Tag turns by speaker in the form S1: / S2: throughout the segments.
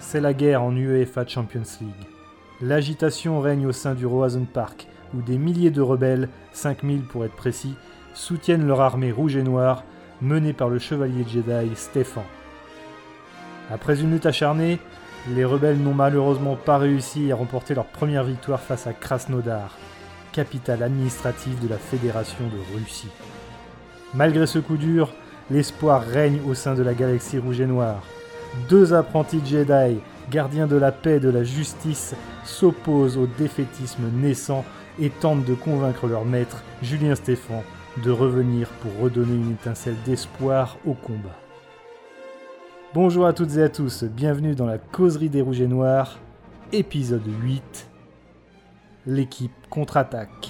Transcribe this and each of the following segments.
S1: C'est la guerre en UEFA Champions League. L'agitation règne au sein du Roazhon Park, où des milliers de rebelles, 5000 pour être précis, soutiennent leur armée rouge et noire, menée par le chevalier Jedi Stefan. Après une lutte acharnée, les rebelles n'ont malheureusement pas réussi à remporter leur première victoire face à Krasnodar, capitale administrative de la Fédération de Russie. Malgré ce coup dur, l'espoir règne au sein de la galaxie rouge et noire. 2 apprentis Jedi, gardiens de la paix et de la justice, s'opposent au défaitisme naissant et tentent de convaincre leur maître, Julien Stéphan, de revenir pour redonner une étincelle d'espoir au combat. Bonjour à toutes et à tous, bienvenue dans la causerie des Rouges et Noirs, épisode 8, l'équipe contre-attaque.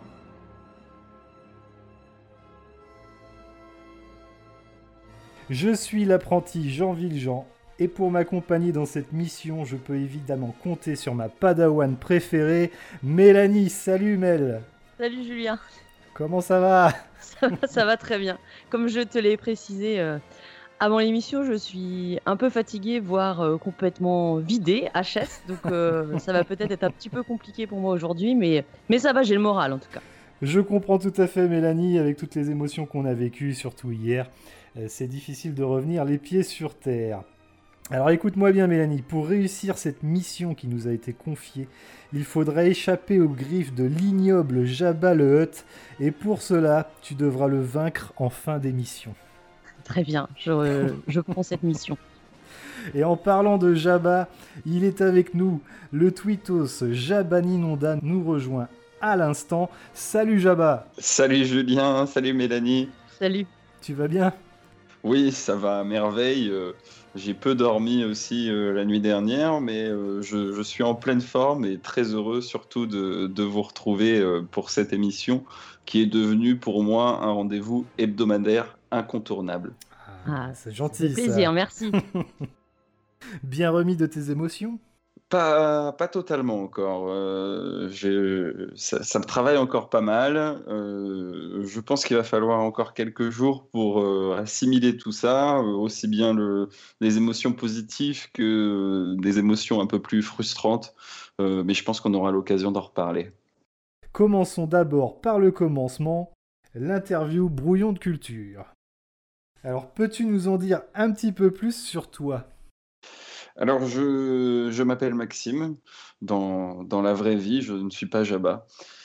S1: Je suis l'apprenti Jean Valjean, et pour m'accompagner dans cette mission, je peux évidemment compter sur ma padawan préférée, Mélanie. Salut Mel.
S2: Salut Julien.
S1: Comment ça va ?
S2: Ça va très bien. Comme je te l'ai précisé avant l'émission, je suis un peu fatiguée, voire complètement vidée, HS, donc ça va peut-être être un petit peu compliqué pour moi aujourd'hui, mais ça va, j'ai le moral en tout cas.
S1: Je comprends tout à fait Mélanie, avec toutes les émotions qu'on a vécues, surtout hier. C'est difficile de revenir les pieds sur terre. Alors écoute-moi bien Mélanie, pour réussir cette mission qui nous a été confiée, il faudrait échapper aux griffes de l'ignoble Jabba le Hutt, et pour cela, tu devras le vaincre en fin d'émission.
S2: Très bien, je prends cette mission.
S1: Et en parlant de Jabba, il est avec nous, le tweetos Jabbaninonda nous rejoint à l'instant. Salut Jabba.
S3: Salut Julien, salut Mélanie.
S2: Salut.
S1: Tu vas bien ?
S3: Oui, ça va à merveille. J'ai peu dormi aussi la nuit dernière, mais je suis en pleine forme et très heureux surtout de vous retrouver pour cette émission qui est devenue pour moi un rendez-vous hebdomadaire incontournable.
S1: C'est gentil.
S2: C'est plaisir,
S1: ça.
S2: merci.
S1: Bien remis de tes émotions ?
S3: Pas totalement encore. Ça me travaille encore pas mal. Je pense qu'il va falloir encore quelques jours pour assimiler tout ça, aussi bien les émotions positives que des émotions un peu plus frustrantes. Mais je pense qu'on aura l'occasion d'en reparler.
S1: Commençons d'abord par le commencement, l'interview brouillon de culture. Alors, peux-tu nous en dire un petit peu plus sur toi ?
S3: Alors, je m'appelle Maxime. Dans la vraie vie, je ne suis pas Jabba.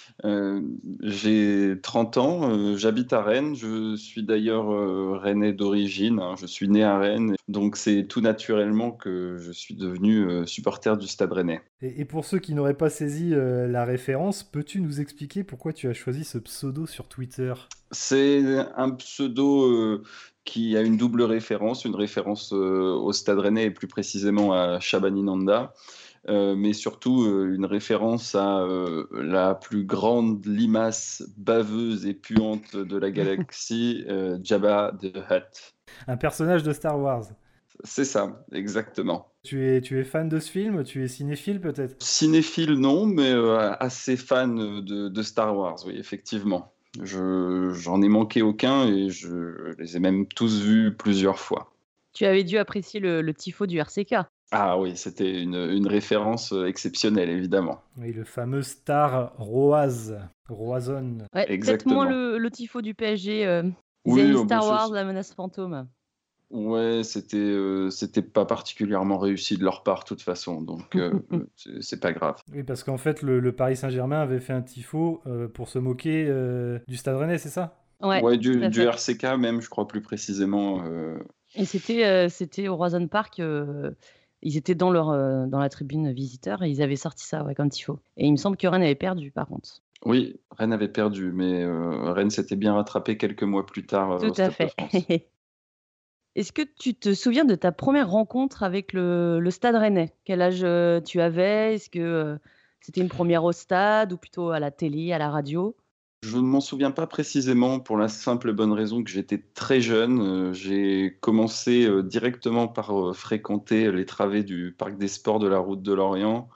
S3: J'ai 30 ans, j'habite à Rennes. Je suis d'ailleurs rennais d'origine. Hein, je suis né à Rennes. Donc, c'est tout naturellement que je suis devenu supporter du Stade Rennais.
S1: Et pour ceux qui n'auraient pas saisi la référence, peux-tu nous expliquer pourquoi tu as choisi ce pseudo sur Twitter ?
S3: C'est un pseudo qui a une double référence, une référence au Stade Rennais et plus précisément à Jabbaninonda, mais surtout une référence à la plus grande limace baveuse et puante de la galaxie, Jabba the Hutt.
S1: Un personnage de Star Wars.
S3: C'est ça, exactement.
S1: Tu es fan de ce film ? Tu es cinéphile peut-être ?
S3: Cinéphile, non, mais assez fan de Star Wars, oui, effectivement. J'en ai manqué aucun et je les ai même tous vus plusieurs fois.
S2: Tu avais dû apprécier le tifo du RCK.
S3: Ah oui, c'était une référence exceptionnelle, évidemment.
S1: Oui, le fameux Star Roazhon.
S2: Ouais, peut-être moins le tifo du PSG.
S3: Oui,
S2: Star Wars, la menace fantôme.
S3: Ouais, c'était pas particulièrement réussi de leur part, de toute façon, donc c'est pas grave.
S1: Oui, parce qu'en fait, le Paris Saint-Germain avait fait un tifo pour se moquer du Stade Rennais, c'est ça ?
S3: Ouais, du RCK même, je crois plus précisément.
S2: Et c'était au Roazhon Park. Ils étaient dans la tribune visiteur et ils avaient sorti ça comme tifo. Et il me semble que Rennes avait perdu, par contre.
S3: Oui, Rennes avait perdu, mais Rennes s'était bien rattrapé quelques mois plus tard
S2: Tout
S3: au Stade
S2: à fait.
S3: de France.
S2: Est-ce que tu te souviens de ta première rencontre avec le Stade Rennais ? Quel âge tu avais ? Est-ce que c'était une première au stade ou plutôt à la télé, à la radio ?
S3: Je ne m'en souviens pas précisément pour la simple et bonne raison que j'étais très jeune. J'ai commencé directement par fréquenter les travées du Parc des Sports de la Route de Lorient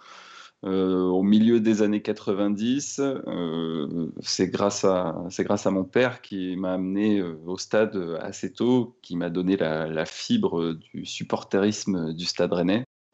S3: au milieu des années 90. C'est grâce à mon père qui m'a amené au stade assez tôt, qui m'a donné la fibre du supporterisme du Stade Rennais.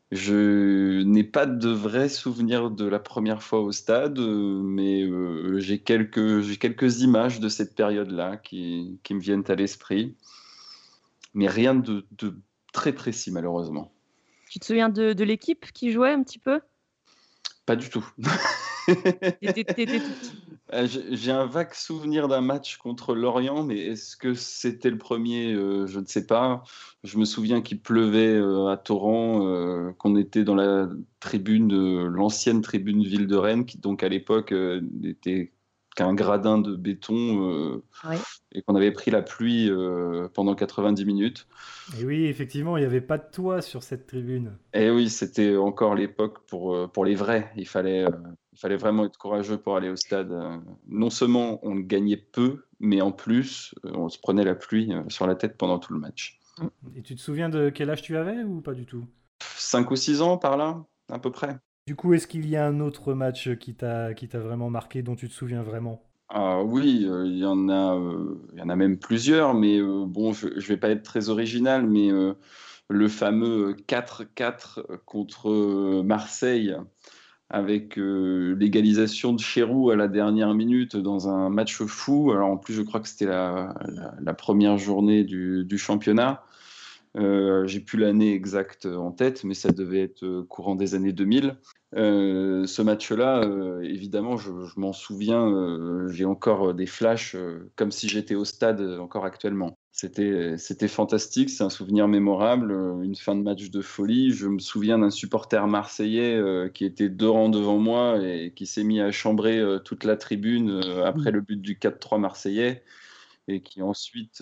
S3: Je n'ai pas de vrais souvenirs de la première fois au stade, mais j'ai quelques images de cette période-là qui me viennent à l'esprit, mais rien de très précis malheureusement.
S2: Tu te souviens de l'équipe qui jouait un petit peu?
S3: Pas du tout.
S2: T'étais tout petit.
S3: J'ai un vague souvenir d'un match contre Lorient, mais est-ce que c'était le premier? Je ne sais pas. Je me souviens qu'il pleuvait à torrent, qu'on était dans la tribune, l'ancienne tribune Ville de Rennes, qui donc à l'époque n'était qu'un gradin de béton,
S2: Ouais.
S3: et qu'on avait pris la pluie pendant 90 minutes.
S1: Et oui, effectivement, il n'y avait pas de toit sur cette tribune.
S3: Et oui, c'était encore l'époque pour les vrais. Il fallait vraiment être courageux pour aller au stade. Non seulement on gagnait peu, mais en plus, on se prenait la pluie sur la tête pendant tout le match.
S2: Mmh.
S1: Et tu te souviens de quel âge tu avais ou pas du tout?
S3: 5 ou 6 ans par là, à peu près.
S1: Du coup, est-ce qu'il y a un autre match qui t'a vraiment marqué, dont tu te souviens vraiment?
S3: Ah oui, il y en a même plusieurs, mais bon, je ne vais pas être très original, mais le fameux 4-4 contre Marseille, avec l'égalisation de Chérou à la dernière minute dans un match fou. Alors en plus, je crois que c'était la première journée du championnat. J'ai plus l'année exacte en tête, mais ça devait être courant des années 2000. Ce match-là, évidemment, je m'en souviens, j'ai encore des flashs comme si j'étais au stade encore actuellement. C'était fantastique, c'est un souvenir mémorable, une fin de match de folie. Je me souviens d'un supporter marseillais qui était 2 rangs devant moi et qui s'est mis à chambrer toute la tribune après le but du 4-3 marseillais et qui ensuite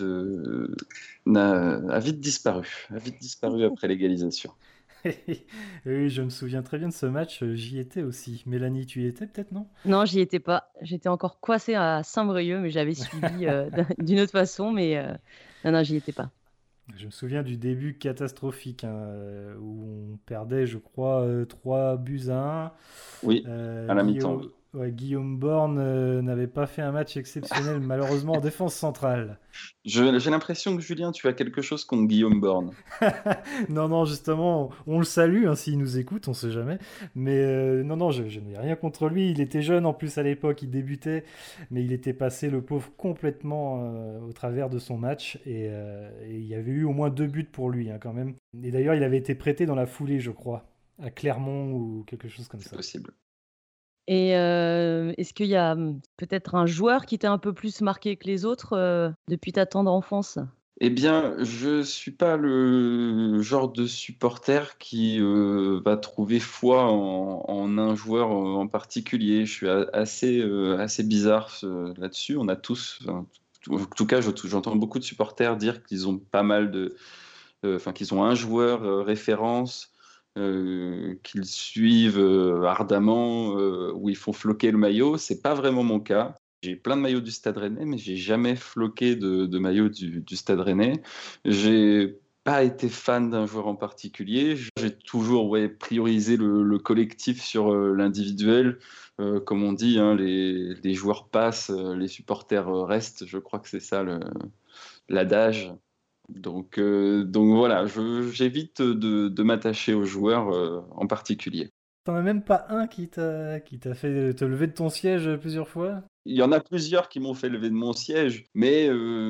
S3: a vite disparu après l'égalisation.
S1: Oui, je me souviens très bien de ce match, j'y étais aussi. Mélanie, tu y étais peut-être, non?
S2: Non, j'y étais pas. J'étais encore coincée à Saint-Brieuc, mais j'avais suivi, d'une autre façon, mais non, j'y étais pas.
S1: Je me souviens du début catastrophique, hein, où on perdait, je crois, 3 buts à 1.
S3: Oui, à la mi-temps. Oui.
S1: Guillaume Borne n'avait pas fait un match exceptionnel, malheureusement, en défense centrale.
S3: J'ai l'impression que Julien, tu as quelque chose contre Guillaume Borne.
S1: Non, non, justement, on le salue, hein, s'il nous écoute, on sait jamais. Mais non, non, je n'ai rien contre lui. Il était jeune en plus à l'époque, il débutait, mais il était passé, le pauvre, complètement au travers de son match. Et il y avait eu au moins 2 buts pour lui, hein, quand même. Et d'ailleurs, il avait été prêté dans la foulée, je crois, à Clermont ou quelque chose comme
S3: C'est
S1: ça.
S3: possible.
S2: Et est-ce qu'il y a, peut-être un joueur qui t'a un peu plus marqué que les autres, depuis ta tendre enfance?
S3: Eh bien, je suis pas le genre de supporter qui va trouver foi en un joueur en particulier. Je suis assez bizarre là-dessus. On a tous, enfin, en tout cas, j'entends beaucoup de supporters dire qu'ils ont pas mal enfin, qu'ils ont un joueur référence, qu'ils suivent ardemment, où ils font floquer le maillot. C'est pas vraiment mon cas. J'ai plein de maillots du Stade Rennais, mais j'ai jamais floqué de maillot du Stade Rennais. J'ai pas été fan d'un joueur en particulier. J'ai toujours priorisé le collectif sur l'individuel. Comme on dit, hein, les joueurs passent, les supporters restent. Je crois que c'est ça l'adage. Donc voilà, j'évite de m'attacher aux joueurs en particulier.
S1: T'en as même pas un qui t'a fait te lever de ton siège plusieurs fois?
S3: Il y en a plusieurs qui m'ont fait lever de mon siège, mais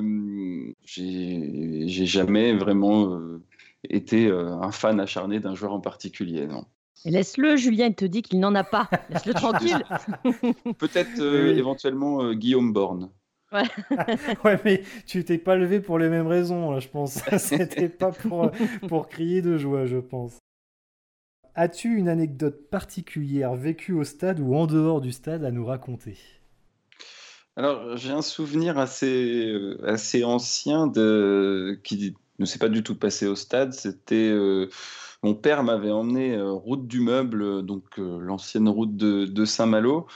S3: j'ai jamais vraiment été un fan acharné d'un joueur en particulier, non.
S2: Et laisse-le, Julien, il te dit qu'il n'en a pas. Laisse-le tranquille.
S3: Peut-être
S1: Oui.
S3: éventuellement Guillaume Borne.
S2: Ouais.
S1: Ouais, mais tu t'es pas levé pour les mêmes raisons, là, je pense. C'était pas pour crier de joie, je pense. As-tu une anecdote particulière vécue au stade ou en dehors du stade à nous raconter?
S3: Alors, j'ai un souvenir assez ancien qui ne s'est pas du tout passé au stade. C'était mon père m'avait emmené route du Meuble, donc l'ancienne route de Saint-Malo,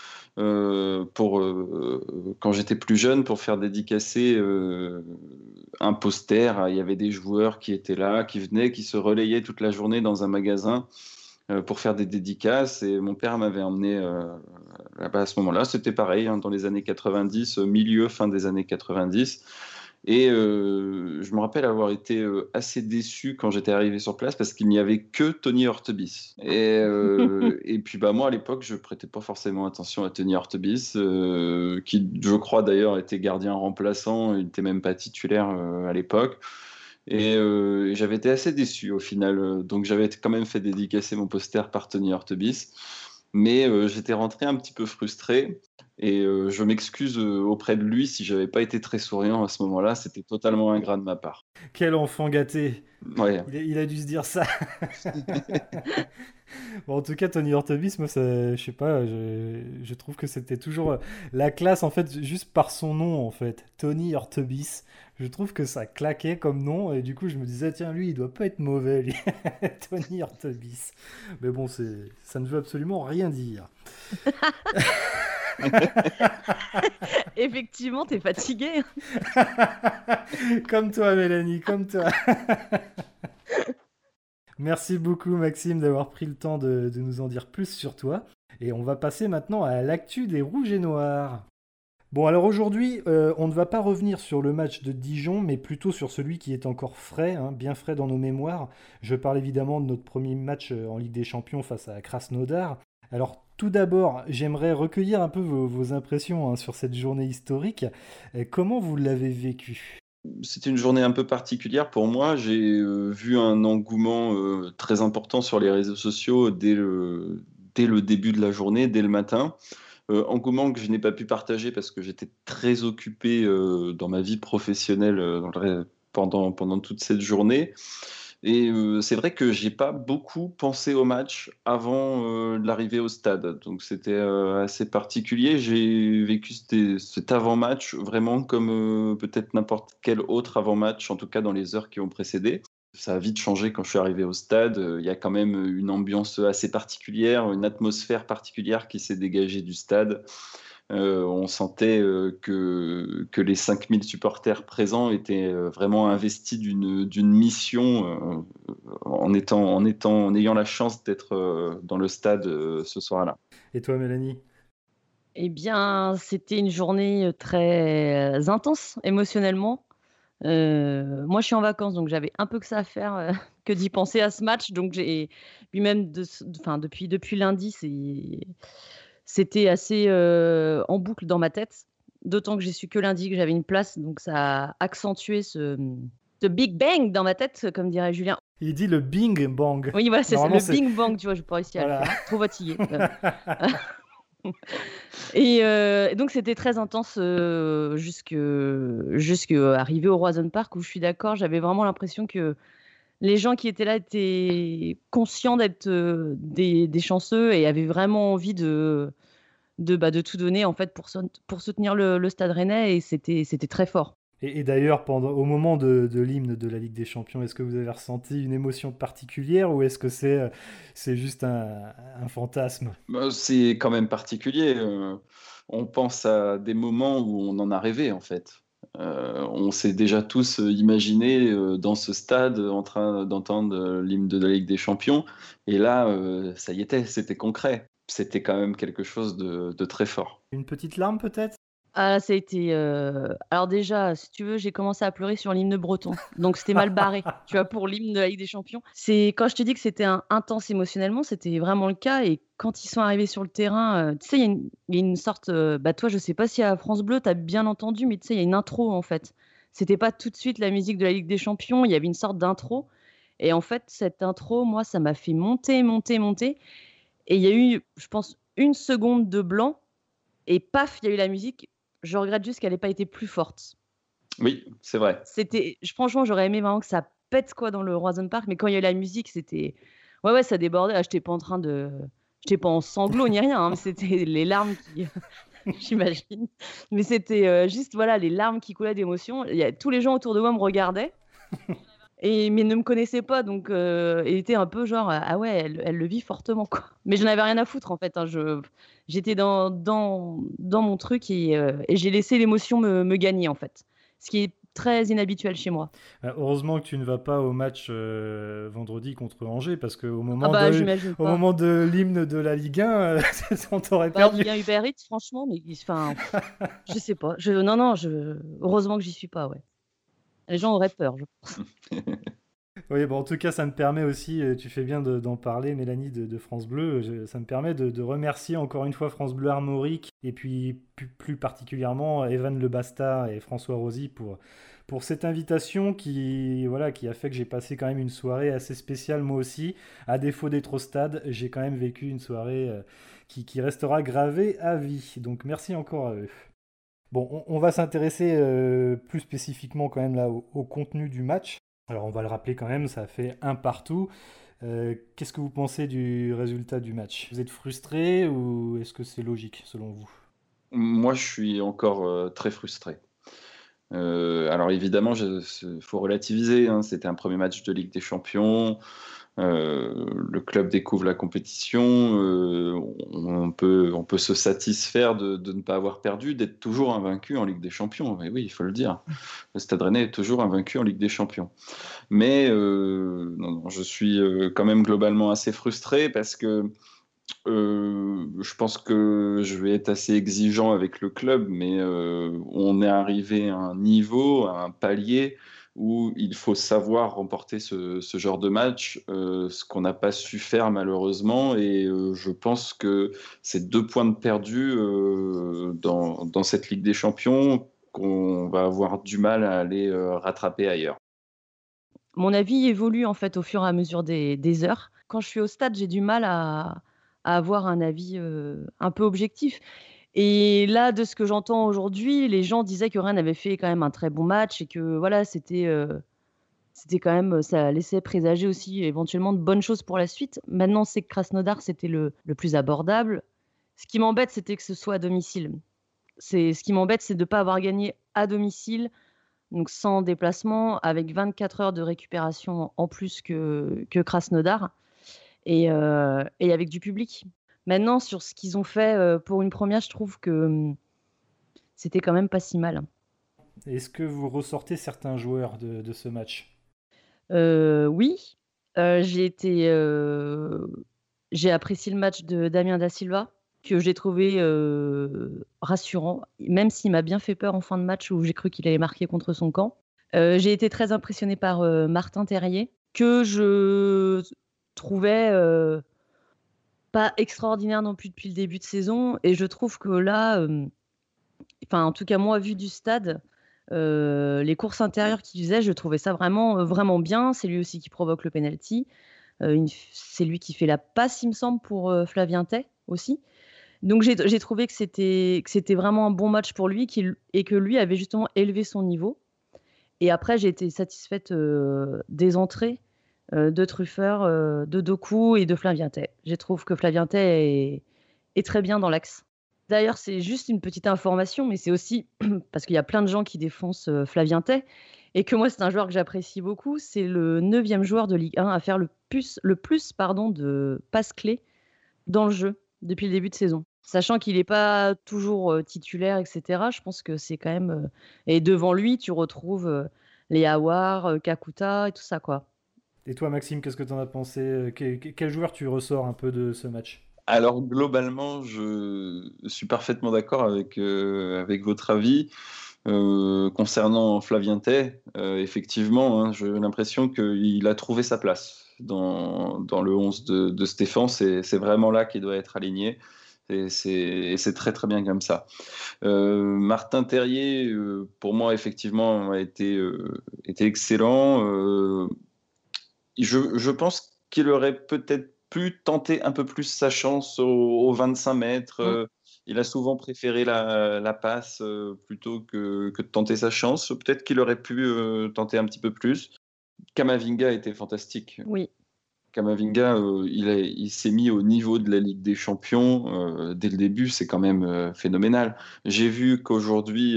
S3: quand j'étais plus jeune, pour faire dédicacer un poster. Il y avait des joueurs qui étaient là, qui venaient, qui se relayaient toute la journée dans un magasin pour faire des dédicaces. Et mon père m'avait emmené là-bas à ce moment-là. C'était pareil, hein, dans les années 90, milieu, fin des années 90. Et je me rappelle avoir été assez déçu quand j'étais arrivé sur place parce qu'il n'y avait que Tony Hortebis. Et puis moi à l'époque je prêtais pas forcément attention à Tony Hortebis, qui je crois d'ailleurs était gardien remplaçant, il n'était même pas titulaire à l'époque. Et j'avais été assez déçu au final. Donc j'avais quand même fait dédicacer mon poster par Tony Hortebis. Mais j'étais rentré un petit peu frustré. Et je m'excuse auprès de lui si j'avais pas été très souriant à ce moment-là. C'était totalement ingrat de ma part.
S1: Quel enfant gâté.
S3: Ouais.
S1: Il a dû se dire ça. Bon, en tout cas, Tony Hortebis, moi, je sais pas, je trouve que c'était toujours la classe, en fait, juste par son nom, en fait. Tony Hortebis. Je trouve que ça claquait comme nom, et du coup, je me disais, tiens, lui, il doit pas être mauvais, lui. Tony Hortebis. Mais bon, ça ne veut absolument rien dire.
S2: Effectivement, t'es fatigué.
S1: Comme toi, Mélanie, comme toi. Merci beaucoup, Maxime, d'avoir pris le temps de nous en dire plus sur toi. Et on va passer maintenant à l'actu des Rouges et Noirs. Bon, alors aujourd'hui, on ne va pas revenir sur le match de Dijon, mais plutôt sur celui qui est encore frais, bien frais dans nos mémoires. Je parle évidemment de notre premier match en Ligue des Champions face à Krasnodar. Alors, tout d'abord, j'aimerais recueillir un peu vos impressions sur cette journée historique. Comment vous l'avez vécue ?
S3: C'était une journée un peu particulière pour moi. J'ai vu un engouement très important sur les réseaux sociaux dès le début de la journée, dès le matin. Engouement que je n'ai pas pu partager parce que j'étais très occupé dans ma vie professionnelle pendant toute cette journée. Et c'est vrai que j'ai pas beaucoup pensé au match avant l'arrivée au stade. Donc c'était assez particulier. J'ai vécu cet avant-match vraiment comme peut-être n'importe quel autre avant-match, en tout cas dans les heures qui ont précédé. Ça a vite changé quand je suis arrivé au stade. Il y a quand même une ambiance assez particulière, une atmosphère particulière qui s'est dégagée du stade. On sentait que les 5000 supporters présents étaient vraiment investis d'une mission en ayant la chance d'être dans le stade ce soir-là.
S1: Et toi, Mélanie ?
S2: Eh bien, c'était une journée très intense émotionnellement. Moi, je suis en vacances, donc j'avais un peu que ça à faire que d'y penser à ce match. Donc, lui-même, depuis lundi, c'était assez en boucle dans ma tête. D'autant que j'ai su que lundi que j'avais une place, donc ça a accentué ce Big Bang dans ma tête, comme dirait Julien.
S1: Il dit le Bing Bang.
S2: Oui, voilà, c'est ça, le Bing Bang, tu vois, je n'ai pas réussi à le faire. Trop fatiguée. Et donc c'était très intense jusqu'à arriver au Roison Park, où je suis d'accord, j'avais vraiment l'impression que les gens qui étaient là étaient conscients d'être des chanceux et avaient vraiment envie de tout donner en fait pour soutenir le Stade Rennais, et c'était très fort.
S1: Et d'ailleurs, au moment de l'hymne de la Ligue des Champions, est-ce que vous avez ressenti une émotion particulière ou est-ce que c'est juste un fantasme ?
S3: C'est quand même particulier. On pense à des moments où on en a rêvé, en fait. On s'est déjà tous imaginé dans ce stade en train d'entendre l'hymne de la Ligue des Champions. Et là, ça y était, c'était concret. C'était quand même quelque chose de très fort.
S1: Une petite larme peut-être ?
S2: Ah, ça a été. Alors, déjà, si tu veux, j'ai commencé à pleurer sur l'hymne breton. Donc, c'était mal barré, tu vois, pour l'hymne de la Ligue des Champions. Quand je te dis que c'était intense émotionnellement, c'était vraiment le cas. Et quand ils sont arrivés sur le terrain, tu sais, il y a une sorte. Toi, je sais pas si à France Bleu, tu as bien entendu, mais tu sais, il y a une intro, en fait. C'était pas tout de suite la musique de la Ligue des Champions. Il y avait une sorte d'intro. Et en fait, cette intro, moi, ça m'a fait monter. Et il y a eu, je pense, une seconde de blanc. Et paf, il y a eu la musique. Je regrette juste qu'elle n'ait pas été plus forte.
S3: Oui, c'est vrai.
S2: Franchement, j'aurais aimé vraiment que ça pète quoi dans le Roison Park, mais quand il y a eu la musique, c'était. Ouais, ça débordait. Ah, j'étais pas en sanglots ni rien, mais c'était les larmes qui. J'imagine. Mais c'était juste, voilà, les larmes qui coulaient d'émotion. Tous les gens autour de moi me regardaient, mais ne me connaissaient pas, donc il était un peu genre, ah ouais, elle le vit fortement, quoi. Mais je n'en avais rien à foutre, en fait. J'étais dans mon truc et j'ai laissé l'émotion me gagner, en fait. Ce qui est très inhabituel chez moi.
S1: Heureusement que tu ne vas pas au match vendredi contre Angers, parce qu'au moment, moment de l'hymne de la Ligue 1, on t'aurait perdu.
S2: Ligue 1 Uber Eats, franchement, mais je sais pas. Heureusement que j'y suis pas, ouais. Les gens auraient peur, je pense.
S1: Oui, bon, en tout cas, ça me permet aussi, tu fais bien d'en parler, Mélanie, de France Bleu. Ça me permet de remercier encore une fois France Bleu Armorique et puis plus particulièrement Evan Le Bastard et François Rosy pour cette invitation voilà, qui a fait que j'ai passé quand même une soirée assez spéciale moi aussi. À défaut d'être au stade, j'ai quand même vécu une soirée qui restera gravée à vie. Donc merci encore à eux. Bon, on va s'intéresser plus spécifiquement quand même là au contenu du match. Alors on va le rappeler quand même, ça fait un partout. Qu'est-ce que vous pensez du résultat du match? Vous êtes frustré ou est-ce que c'est logique selon vous?
S3: Moi, je suis encore très frustré. Alors évidemment, il faut relativiser, hein, c'était un premier match de Ligue des Champions. Le club découvre la compétition. On peut se satisfaire de ne pas avoir perdu, d'être toujours invaincu en Ligue des Champions. Mais oui, il faut le dire. Le Stade Rennais est toujours invaincu en Ligue des Champions. Mais non, je suis quand même globalement assez frustré parce que je pense que je vais être assez exigeant avec le club, mais on est arrivé à un niveau, à un palier où il faut savoir remporter ce genre de match, ce qu'on n'a pas su faire malheureusement, et je pense que c'est 2 points de perdus dans cette Ligue des Champions qu'on va avoir du mal à aller rattraper ailleurs.
S2: Mon avis évolue en fait au fur et à mesure des heures. Quand je suis au stade, j'ai du mal à avoir un avis un peu objectif. Et là, de ce que j'entends aujourd'hui, les gens disaient que Rennes avait fait quand même un très bon match et que voilà, c'était quand même, ça laissait présager aussi éventuellement de bonnes choses pour la suite. Maintenant, c'est que Krasnodar, c'était le plus abordable. Ce qui m'embête, c'était que ce soit à domicile. Ce qui m'embête, c'est de ne pas avoir gagné à domicile, donc sans déplacement, avec 24 heures de récupération en plus que Krasnodar et avec du public. Maintenant, sur ce qu'ils ont fait pour une première, je trouve que c'était quand même pas si mal.
S1: Est-ce que vous ressortez certains joueurs de ce match?
S2: Oui, j'ai été, j'ai apprécié le match de Damien Da Silva, que j'ai trouvé rassurant, même s'il m'a bien fait peur en fin de match où j'ai cru qu'il allait marquer contre son camp. J'ai été très impressionnée par Martin Terrier, que je trouvais pas extraordinaire non plus depuis le début de saison, et je trouve que là, enfin en tout cas moi vu du stade, les courses intérieures qu'il faisait, je trouvais ça vraiment, vraiment bien. C'est lui aussi qui provoque le penalty. C'est lui qui fait la passe, il me semble, pour Flavien Tay aussi. Donc j'ai trouvé que c'était vraiment un bon match pour lui et que lui avait justement élevé son niveau. Et après, j'ai été satisfaite des entrées de Truffert, de Doku et de Flavien Tay. Je trouve que Flavien Tay est très bien dans l'axe. D'ailleurs, c'est juste une petite information, mais c'est aussi parce qu'il y a plein de gens qui défoncent Flavien Tay et que moi, c'est un joueur que j'apprécie beaucoup. C'est le 9e joueur de Ligue 1 à faire le plus pardon, de passes clés dans le jeu depuis le début de saison. Sachant qu'il n'est pas toujours titulaire, etc. Je pense que c'est quand même. Et devant lui, tu retrouves les Aouar, Kakuta et tout ça, quoi.
S1: Et toi, Maxime, qu'est-ce que tu en as pensé? Quel joueur tu ressors un peu de ce match?
S3: Alors globalement, je suis parfaitement d'accord avec votre avis. Concernant Flavien Tay, effectivement, hein, j'ai l'impression qu'il a trouvé sa place dans le 11 de Stéphane. C'est vraiment là qu'il doit être aligné. Et c'est très très bien comme ça. Martin Terrier, pour moi, effectivement, été excellent. Je pense qu'il aurait peut-être pu tenter un peu plus sa chance aux 25 mètres.
S2: Mm.
S3: Il a souvent préféré la passe plutôt que de tenter sa chance. Peut-être qu'il aurait pu tenter un petit peu plus. Kamavinga était fantastique.
S2: Oui.
S3: Kamavinga, il s'est mis au niveau de la Ligue des Champions dès le début, c'est quand même phénoménal. J'ai vu qu'aujourd'hui,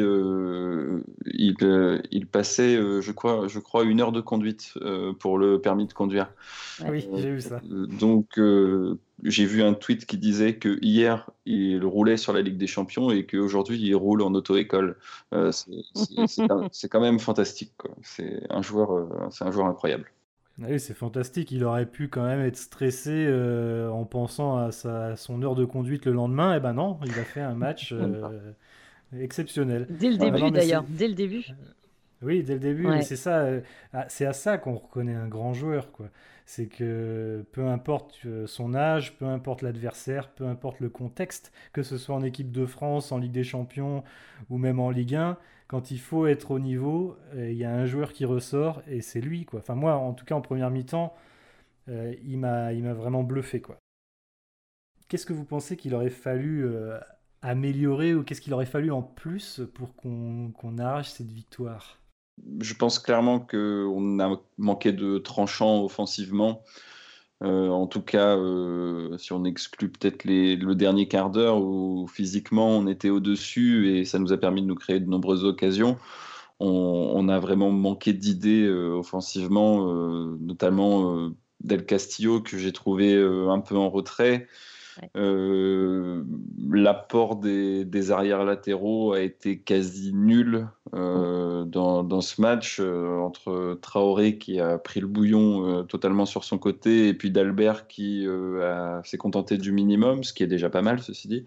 S3: il passait, je crois, 1 heure de conduite pour le permis de conduire.
S2: Ouais.
S1: Oui, j'ai vu ça.
S3: Donc, j'ai vu un tweet qui disait que hier, il roulait sur la Ligue des Champions et qu'aujourd'hui, il roule en auto-école. C'est quand même fantastique, quoi. C'est un joueur incroyable.
S1: Ah oui, c'est fantastique. Il aurait pu quand même être stressé en pensant à son heure de conduite le lendemain. Eh ben non, il a fait un match exceptionnel.
S2: Dès le
S1: Ah, non,
S2: début,
S1: mais
S2: d'ailleurs. Dès le début.
S1: Oui, dès le début, mais
S2: Ouais.
S1: c'est ça, c'est à ça qu'on reconnaît un grand joueur, quoi. C'est que peu importe son âge, peu importe l'adversaire, peu importe le contexte, que ce soit en équipe de France, en Ligue des Champions ou même en Ligue 1, quand il faut être au niveau, il y a un joueur qui ressort et c'est lui, quoi. Enfin moi, en tout cas en première mi-temps, il m'a vraiment bluffé, quoi. Qu'est-ce que vous pensez qu'il aurait fallu améliorer ou qu'est-ce qu'il aurait fallu en plus pour qu'on arrache cette victoire?
S3: Je pense clairement qu'on a manqué de tranchant offensivement. En tout cas, si on exclut peut-être le dernier quart d'heure où physiquement on était au-dessus et ça nous a permis de nous créer de nombreuses occasions, on a vraiment manqué d'idées offensivement, notamment Del Castillo que j'ai trouvé un peu en retrait.
S2: Ouais.
S3: L'apport des arrières latéraux a été quasi nul
S2: Mm.
S3: dans ce match, entre Traoré qui a pris le bouillon totalement sur son côté et puis d'Albert qui s'est contenté du minimum, ce qui est déjà pas mal, ceci dit.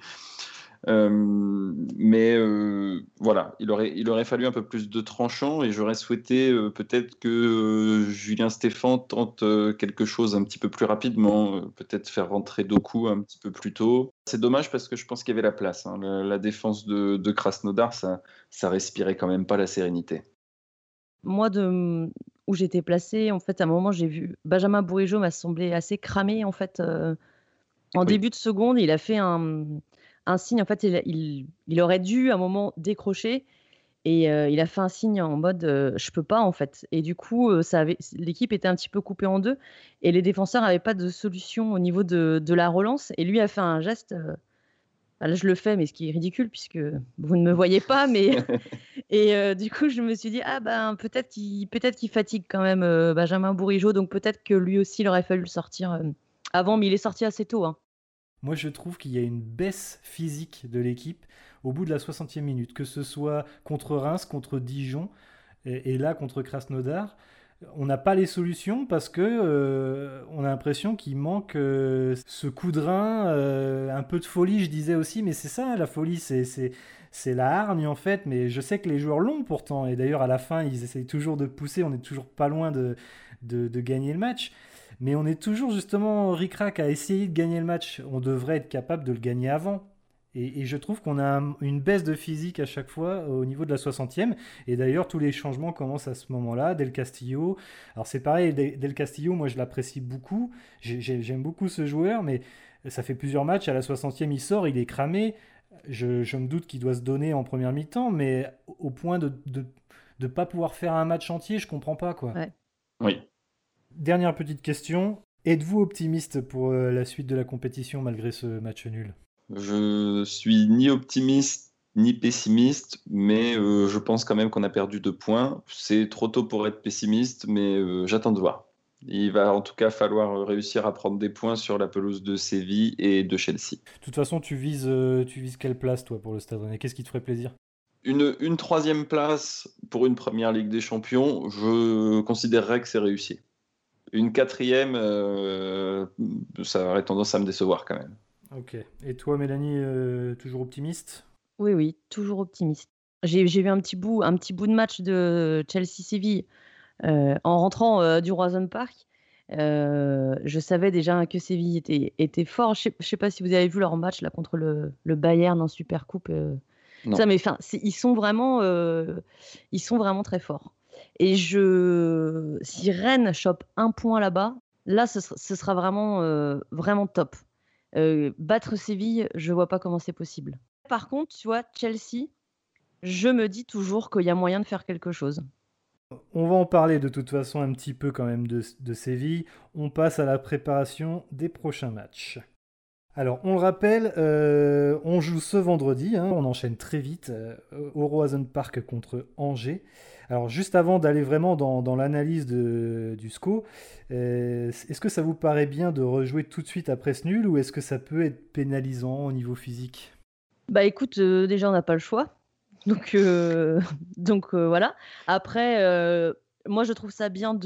S3: Mais voilà, il aurait fallu un peu plus de tranchant et j'aurais souhaité peut-être que Julien Stéphan tente quelque chose un petit peu plus rapidement, peut-être faire rentrer Doku un petit peu plus tôt. C'est dommage parce que je pense qu'il y avait la place, hein. La défense de Krasnodar, ça respirait quand même pas la sérénité.
S2: Moi, où j'étais placée, en fait, à un moment, j'ai vu Benjamin Bourigeaud m'a semblé assez cramé, en fait. En
S3: Oui.
S2: début de seconde, il a fait un signe. En fait, il aurait dû, à un moment, décrocher. Et il a fait un signe en mode je peux pas, en fait. Et du coup, l'équipe était un petit peu coupée en deux. Et les défenseurs n'avaient pas de solution au niveau de la relance. Et lui a fait un geste. Là, je le fais, mais ce qui est ridicule, puisque vous ne me voyez pas. Mais et du coup, je me suis dit: «Ah ben, peut-être qu'il fatigue quand même, Benjamin Bourigeaud, donc peut-être que lui aussi, il aurait fallu le sortir, avant», mais il est sorti assez tôt, hein.
S1: Moi, je trouve qu'il y a une baisse physique de l'équipe au bout de la 60e minute, que ce soit contre Reims, contre Dijon et là contre Krasnodar. On n'a pas les solutions parce que on a l'impression qu'il manque ce coup de rein, un peu de folie, je disais aussi, mais c'est ça, la folie, c'est la hargne en fait. Mais je sais que les joueurs l'ont pourtant, et d'ailleurs à la fin, ils essayent toujours de pousser, on est toujours pas loin de gagner le match. Mais on est toujours justement ric-rac à essayer de gagner le match. On devrait être capable de le gagner avant. Et je trouve qu'on a une baisse de physique à chaque fois au niveau de la 60e. Et d'ailleurs, tous les changements commencent à ce moment-là. Del Castillo. Alors c'est pareil, Del Castillo, moi je l'apprécie beaucoup. J'aime beaucoup ce joueur, mais ça fait plusieurs matchs. À la 60e, il sort, il est cramé. Je me doute qu'il doit se donner en première mi-temps, mais au point de pas pouvoir faire un match entier, je comprends pas, quoi.
S2: Ouais.
S3: Oui.
S1: Dernière petite question. Êtes-vous optimiste pour la suite de la compétition malgré ce match nul?
S3: Je suis ni optimiste ni pessimiste, mais je pense quand même qu'on a perdu 2 points. C'est trop tôt pour être pessimiste, mais j'attends de voir. Il va en tout cas falloir réussir à prendre des points sur la pelouse de Séville et de Chelsea.
S1: De toute façon, tu vises quelle place, toi, pour le Stade Rennais? Qu'est-ce qui te ferait plaisir?
S3: Une troisième place pour une première Ligue des Champions, je considérerais que c'est réussi. Une quatrième, ça aurait tendance à me décevoir quand même.
S1: Ok. Et toi, Mélanie, toujours optimiste?
S2: Oui, oui, toujours optimiste. J'ai vu un petit bout de match de Chelsea-Séville, en rentrant, du Roazhon Park. Je savais déjà que Séville était fort. Je sais pas si vous avez vu leur match là contre le Bayern en Super Coupe, ça,
S3: Non.
S2: mais enfin, ils sont vraiment très forts. Et si Rennes chope un point là-bas, là, ce sera vraiment, vraiment top. Battre Séville, je vois pas comment c'est possible. Par contre, tu vois, Chelsea, je me dis toujours qu'il y a moyen de faire quelque chose.
S1: On va en parler de toute façon un petit peu quand même de Séville. On passe à la préparation des prochains matchs. Alors, on le rappelle, on joue ce vendredi, hein, on enchaîne très vite au Roazhon Park contre Angers. Alors, juste avant d'aller vraiment dans l'analyse du SCO, est-ce que ça vous paraît bien de rejouer tout de suite après ce nul ou est-ce que ça peut être pénalisant au niveau physique?
S2: Bah écoute, déjà, on n'a pas le choix. Donc, voilà. Après, moi, je trouve ça bien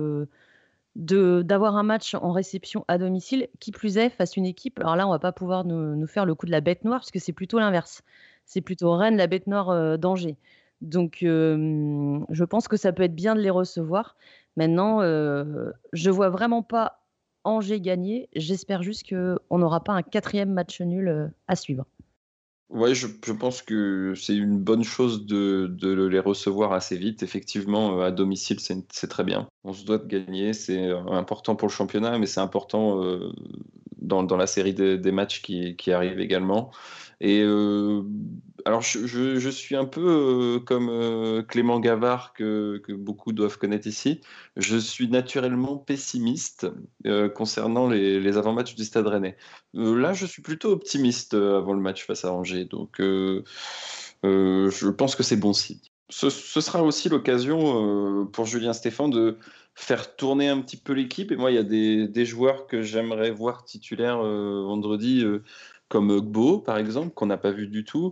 S2: d'avoir un match en réception à domicile, qui plus est, face à une équipe. Alors là, on va pas pouvoir nous faire le coup de la bête noire, parce que c'est plutôt l'inverse. C'est plutôt Rennes, la bête noire, d'Angers. Donc, je pense que ça peut être bien de les recevoir. Maintenant, je vois vraiment pas Angers gagner. J'espère juste qu'on n'aura pas un quatrième match nul à suivre.
S3: Ouais, je pense que c'est une bonne chose de les recevoir assez vite. Effectivement, à domicile, c'est très bien. On se doit de gagner, c'est important pour le championnat, mais c'est important dans la série des matchs qui arrivent également. Et alors, je suis un peu comme Clément Gavard, que beaucoup doivent connaître ici. Je suis naturellement pessimiste concernant les avant-matchs du Stade Rennais. Là, je suis plutôt optimiste avant le match face à Angers, donc je pense que c'est bon signe. Ce sera aussi l'occasion pour Julien Stéphan de faire tourner un petit peu l'équipe. Et moi, il y a des joueurs que j'aimerais voir titulaires vendredi, comme Gbo, par exemple, qu'on n'a pas vu du tout,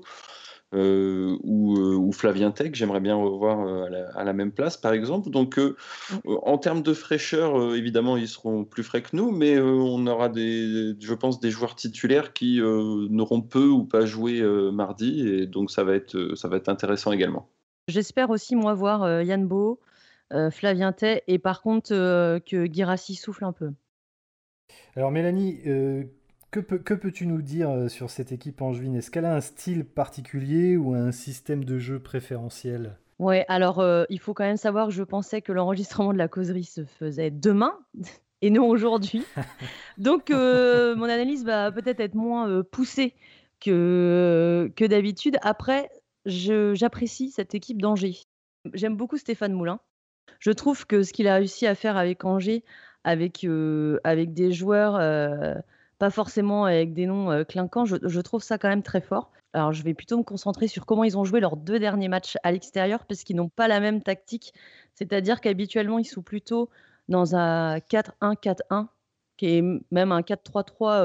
S3: ou Flavien Tech, j'aimerais bien revoir à la même place, par exemple. Donc, en termes de fraîcheur, évidemment, ils seront plus frais que nous, mais on aura je pense, des joueurs titulaires qui n'auront peu ou pas joué mardi, et donc ça va être intéressant également.
S2: J'espère aussi, moi, voir Yann Bo, Flavien Tay, et par contre, que Guirassy souffle un peu.
S1: Alors Mélanie, que peux-tu nous dire sur cette équipe angevine? Est-ce qu'elle a un style particulier ou un système de jeu préférentiel?
S2: Ouais, alors il faut quand même savoir que je pensais que l'enregistrement de la causerie se faisait demain et non aujourd'hui. Donc mon analyse va peut-être être moins poussée que d'habitude. Après, j'apprécie cette équipe d'Angers. J'aime beaucoup Stéphane Moulin. Je trouve que ce qu'il a réussi à faire avec Angers, avec des joueurs, pas forcément avec des noms clinquants, je trouve ça quand même très fort. Alors, je vais plutôt me concentrer sur comment ils ont joué leurs 2 derniers matchs à l'extérieur, parce qu'ils n'ont pas la même tactique. C'est-à-dire qu'habituellement, ils sont plutôt dans un 4-1-4-1, qui est même un 4-3-3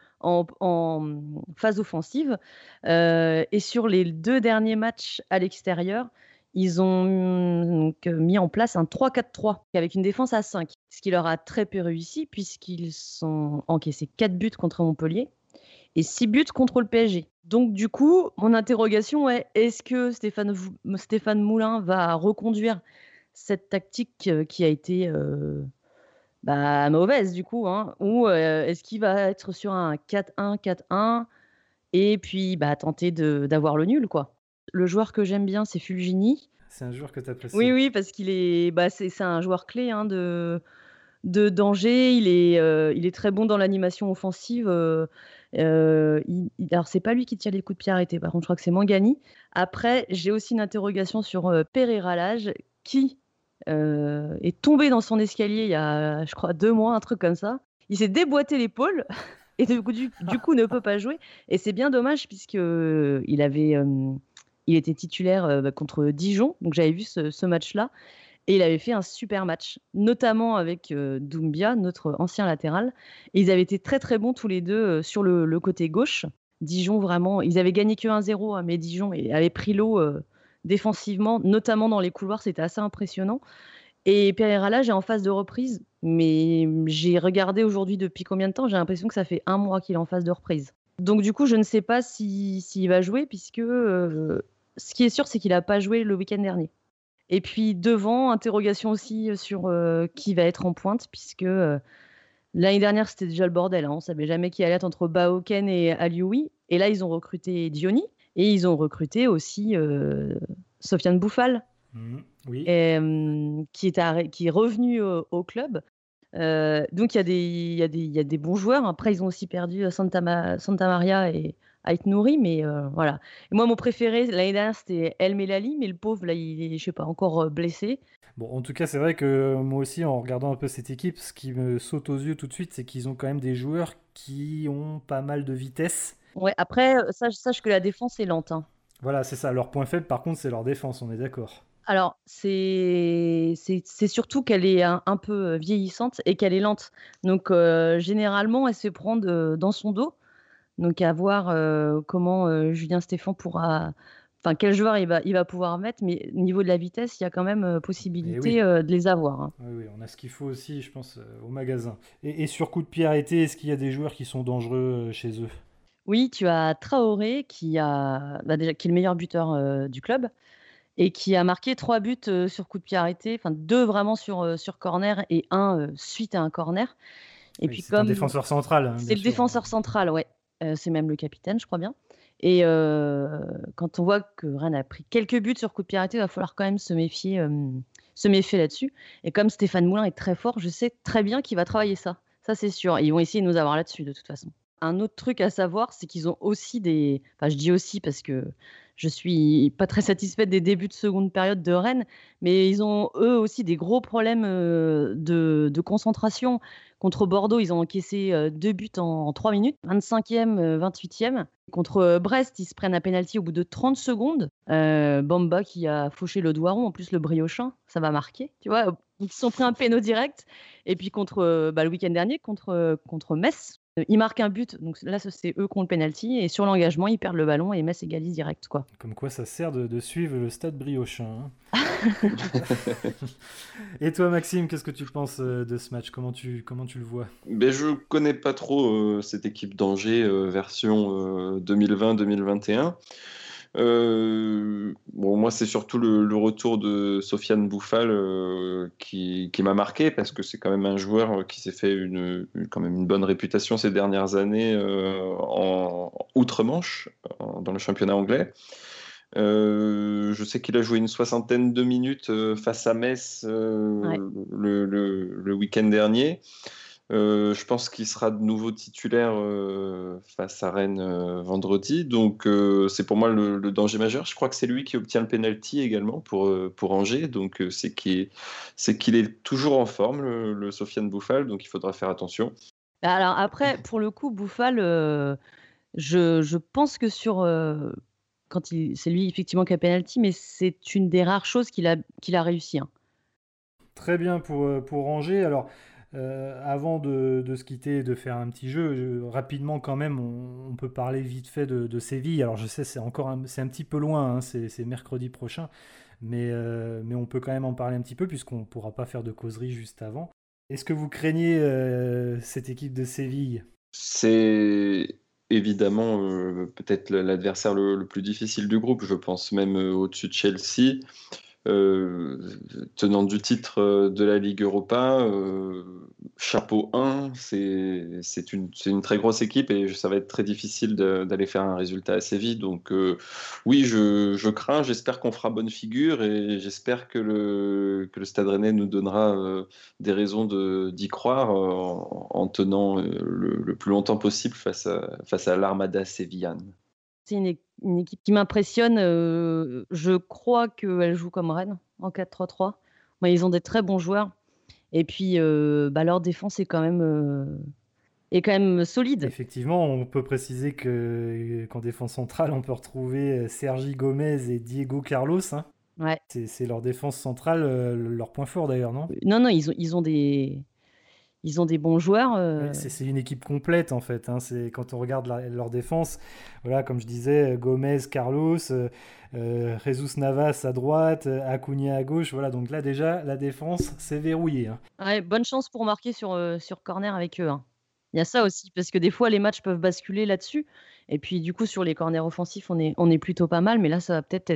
S2: en phase offensive. Et sur les 2 derniers matchs à l'extérieur, ils ont donc mis en place un 3-4-3 avec une défense à 5, ce qui leur a très peu réussi puisqu'ils ont encaissé 4 buts contre Montpellier et 6 buts contre le PSG. Donc du coup, mon interrogation est, est-ce que Stéphane Moulin va reconduire cette tactique qui a été mauvaise du coup, hein, ou est-ce qu'il va être sur un 4-1-4-1 et puis tenter d'avoir le nul, quoi. Le joueur que j'aime bien, c'est Fulgini.
S1: C'est un joueur que tu
S2: Oui,
S1: apprécies.
S2: oui, parce qu'il est, c'est un joueur clé hein, d'Angers. Il est très bon dans l'animation offensive. Alors, c'est pas lui qui tire les coups de pied arrêtés. Par contre, je crois que c'est Mangani. Après, j'ai aussi une interrogation sur Pereira Lage, qui est tombé dans son escalier il y a, je crois, 2 mois, un truc comme ça. Il s'est déboîté l'épaule et du coup ne peut pas jouer. Et c'est bien dommage puisque il était titulaire contre Dijon. Donc j'avais vu ce match-là. Et il avait fait un super match, notamment avec Doumbia, notre ancien latéral. Et ils avaient été très très bons tous les deux sur le côté gauche. Dijon, vraiment, ils avaient gagné que 1-0, hein, mais Dijon avait pris l'eau défensivement, notamment dans les couloirs, c'était assez impressionnant. Et Pereira là, j'ai en phase de reprise, mais j'ai regardé aujourd'hui depuis combien de temps, j'ai l'impression que ça fait 1 mois qu'il est en phase de reprise. Donc du coup, je ne sais pas s'il va jouer, puisque ce qui est sûr, c'est qu'il n'a pas joué le week-end dernier. Et puis devant, interrogation aussi sur qui va être en pointe, puisque l'année dernière, c'était déjà le bordel. Hein. On ne savait jamais qui allait être entre Baoken et Alioui. Et là, ils ont recruté Diony et ils ont recruté aussi Sofiane Bouffal,
S1: Oui.
S2: qui est revenu au club. Donc, il y a des bons joueurs. Après, ils ont aussi perdu Santa Maria et Ait Nouri, mais voilà. Et moi, mon préféré l'année dernière, c'était El Melali, mais le pauvre, là, il est, je sais pas, encore blessé.
S1: Bon, en tout cas, c'est vrai que moi aussi, en regardant un peu cette équipe, ce qui me saute aux yeux tout de suite, c'est qu'ils ont quand même des joueurs qui ont pas mal de vitesse.
S2: Ouais, après, sache que la défense est lente. Hein.
S1: Voilà, c'est ça. Leur point faible, par contre, c'est leur défense, on est d'accord.
S2: Alors, c'est surtout qu'elle est un peu vieillissante et qu'elle est lente. Donc, généralement, elle se fait prendre dans son dos. Donc, à voir comment Julien Stéphan pourra. Enfin, quel joueur il va pouvoir mettre. Mais au niveau de la vitesse, il y a quand même possibilité de les avoir. Hein.
S1: Oui, on a ce qu'il faut aussi, je pense, au magasin. Et sur coup de pied arrêté, est-ce qu'il y a des joueurs qui sont dangereux chez eux?
S2: Oui, tu as Traoré qui est le meilleur buteur du club. et qui a marqué 3 buts sur coup de pied arrêté, enfin 2 vraiment sur corner et un suite à un corner. Et
S1: Oui,
S2: puis
S1: c'est un
S2: comme
S1: défenseur central, hein,
S2: c'est
S1: bien
S2: le
S1: sûr.
S2: défenseur central, ouais, c'est même le capitaine, je crois bien. Et quand on voit que Rennes a pris quelques buts sur coup de pied arrêté, il va falloir quand même se méfier là-dessus. Et comme Stéphane Moulin est très fort, je sais très bien qu'il va travailler ça. Ça, c'est sûr. Et ils vont essayer de nous avoir là-dessus, de toute façon. Un autre truc à savoir, c'est qu'ils ont aussi des. Enfin, je dis aussi parce que je suis pas très satisfaite des débuts de seconde période de Rennes, mais ils ont eux aussi des gros problèmes de concentration. Contre Bordeaux, ils ont encaissé 2 buts en 3 minutes, 25e, 28e. Contre Brest, ils se prennent un pénalty au bout de 30 secondes. Bamba qui a fauché le doigt rond, en plus le briochin, ça va marquer, tu vois. Ils se sont pris un péno direct. Et puis contre le week-end dernier, contre Metz, ils marquent un but. Donc là, c'est eux qui ont le pénalty. Et sur l'engagement, ils perdent le ballon et Metz égalise direct, quoi.
S1: Comme quoi, ça sert de suivre le stade briochin. Hein. Et toi, Maxime, qu'est-ce que tu penses de ce match? Comment tu le vois?
S3: Ben, je connais pas trop cette équipe d'Angers version 2020-2021. Bon, moi, c'est surtout le retour de Sofiane Bouffal qui m'a marqué parce que c'est quand même un joueur qui s'est fait quand même une bonne réputation ces dernières années en outre-Manche, dans le championnat anglais. Je sais qu'il a joué une soixantaine de minutes face à Metz
S2: Ouais.
S3: le week-end dernier. Je pense qu'il sera de nouveau titulaire face à Rennes vendredi. Donc, c'est pour moi le danger majeur. Je crois que c'est lui qui obtient le penalty également pour Angers. Donc, c'est qu'il est toujours en forme, le Sofiane Bouffal. Donc, il faudra faire attention.
S2: Alors après, pour le coup, Bouffal, je pense que c'est lui effectivement qui a penalty, mais c'est une des rares choses qu'il a réussi, hein.
S1: Très bien pour Angers. Alors, avant de se quitter et de faire un petit jeu, rapidement quand même, on peut parler vite fait de Séville. Alors, je sais, c'est un petit peu loin, hein, c'est mercredi prochain, mais on peut quand même en parler un petit peu puisqu'on ne pourra pas faire de causerie juste avant. Est-ce que vous craignez cette équipe de Séville?
S3: C'est évidemment peut-être l'adversaire le plus difficile du groupe. Je pense même au-dessus de Chelsea. euh, Tenant du titre de la Ligue Europa, chapeau 1, c'est une très grosse équipe et ça va être très difficile d'aller faire un résultat assez vite. Donc oui, je crains, j'espère qu'on fera bonne figure et j'espère que le Stade Rennais nous donnera des raisons d'y croire en tenant le plus longtemps possible face à l'Armada sévillane.
S2: C'est une équipe qui m'impressionne. Je crois qu'elle joue comme Rennes en 4-3-3. Moi, ils ont des très bons joueurs. Et puis, leur défense est quand même solide.
S1: Effectivement, on peut préciser qu'en défense centrale, on peut retrouver Sergi Gomez et Diego Carlos. Hein.
S2: Ouais.
S1: C'est leur défense centrale, leur point fort d'ailleurs, non?
S2: Non, non, ils ont des bons joueurs.
S1: Ouais, c'est une équipe complète en fait. Hein. Quand on regarde leur défense, voilà, comme je disais, Gomez, Carlos, Jesus Navas à droite, Acuna à gauche. Voilà, donc là déjà, la défense, c'est verrouillé. Hein.
S2: Ouais, bonne chance pour marquer sur corner avec eux, hein. Il y a ça aussi, parce que des fois, les matchs peuvent basculer là-dessus. Et puis, du coup, sur les corners offensifs, on est plutôt pas mal. Mais là, ça va peut-être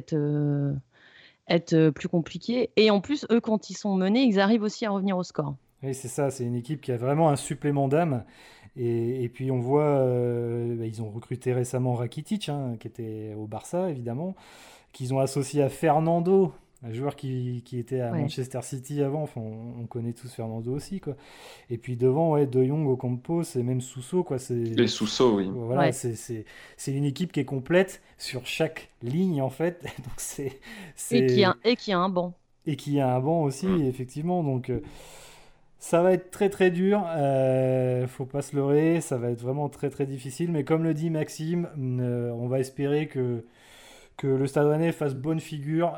S2: être plus compliqué. Et en plus, eux, quand ils sont menés, ils arrivent aussi à revenir au score.
S1: Oui, c'est ça, c'est une équipe qui a vraiment un supplément d'âme. Et puis on voit, ils ont recruté récemment Rakitic, hein, qui était au Barça évidemment, qu'ils ont associé à Fernando, un joueur qui était à
S2: Ouais.
S1: Manchester City avant. Enfin, on connaît tous Fernando aussi, quoi. Et puis devant, ouais, De Jong, Ocampos et même Sousso, quoi.
S3: Les Sousso, oui.
S1: Voilà,
S2: Ouais.
S1: c'est une équipe qui est complète sur chaque ligne en fait. Donc
S2: Et qui a,
S1: c'est
S2: et qui a un banc.
S1: et qui a un banc aussi, effectivement. Donc ça va être très très dur, faut pas se leurrer, ça va être vraiment très très difficile, mais comme le dit Maxime, on va espérer que le Stade Rennais fasse bonne figure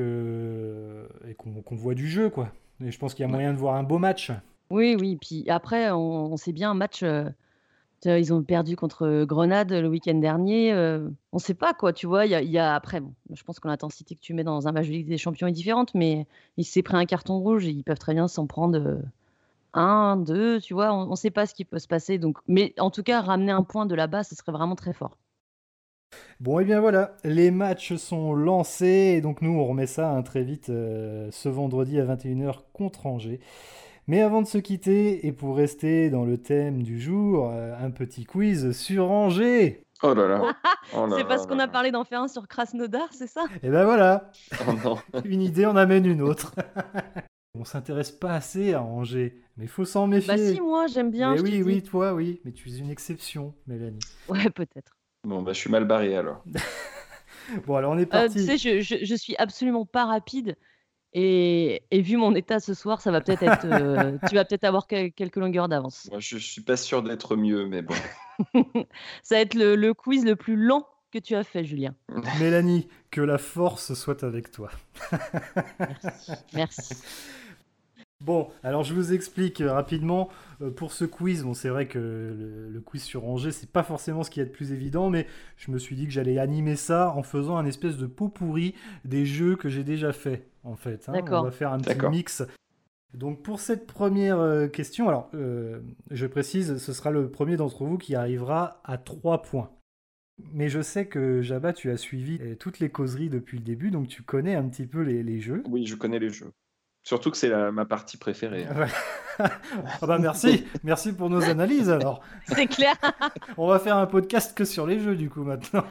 S1: et qu'on voit du jeu, quoi. Et je pense qu'il y a
S2: Ouais.
S1: moyen de voir un beau match.
S2: Oui, oui. Puis après, on sait bien un match. Ils ont perdu contre Grenade le week-end dernier. On ne sait pas quoi, tu vois. Après, bon, je pense que l'intensité que tu mets dans un match de Ligue des Champions est différente, mais il s'est pris un carton rouge et ils peuvent très bien s'en prendre un, deux, tu vois. On ne sait pas ce qui peut se passer. Donc, mais en tout cas, ramener un point de là-bas, ce serait vraiment très fort.
S1: Bon, et bien voilà, les matchs sont lancés, et donc nous, on remet ça très vite ce vendredi à 21h contre Angers. Mais avant de se quitter, et pour rester dans le thème du jour, un petit quiz sur Angers.
S3: Oh là là. Oh là
S2: C'est
S3: là
S2: parce
S3: là
S2: qu'on a
S3: là.
S2: parlé d'en faire un sur Krasnodar, c'est ça?
S1: Et ben voilà,
S3: Oh non.
S1: une idée en amène une autre. On s'intéresse pas assez à Angers, mais il faut s'en
S2: Bah si,
S1: méfier.
S2: moi j'aime bien,
S1: Mais
S2: je te
S1: oui,
S2: dis.
S1: oui, toi, oui, mais tu es une exception, Mélanie.
S2: Ouais, peut-être.
S3: Bon, bah, je suis mal barré alors.
S1: Bon, alors on est
S2: Tu
S1: parti.
S2: sais, je suis absolument pas rapide. Et vu mon état ce soir, ça va peut-être être. Tu vas peut-être avoir quelques longueurs d'avance.
S3: Moi, je suis pas sûr d'être mieux, mais bon.
S2: Ça va être le quiz le plus lent que tu as fait, Julien.
S1: Mélanie, que la force soit avec toi.
S2: Merci. Merci.
S1: Bon, alors je vous explique rapidement. Pour ce quiz, bon, c'est vrai que le quiz sur Angers, c'est pas forcément ce qui est le plus évident, mais je me suis dit que j'allais animer ça en faisant un espèce de pot pourri des jeux que j'ai déjà fait, en fait. Hein.
S2: D'accord.
S1: On va faire un petit
S3: D'accord.
S1: mix. Donc pour cette première question, alors je précise, ce sera le premier d'entre vous qui arrivera à 3 points. Mais je sais que Jabba, tu as suivi toutes les causeries depuis le début, donc tu connais un petit peu les jeux.
S3: Oui, je connais les jeux. Surtout que c'est ma partie préférée.
S1: Ouais. Ah bah merci, merci pour nos analyses alors.
S2: C'est clair.
S1: On va faire un podcast que sur les jeux du coup maintenant.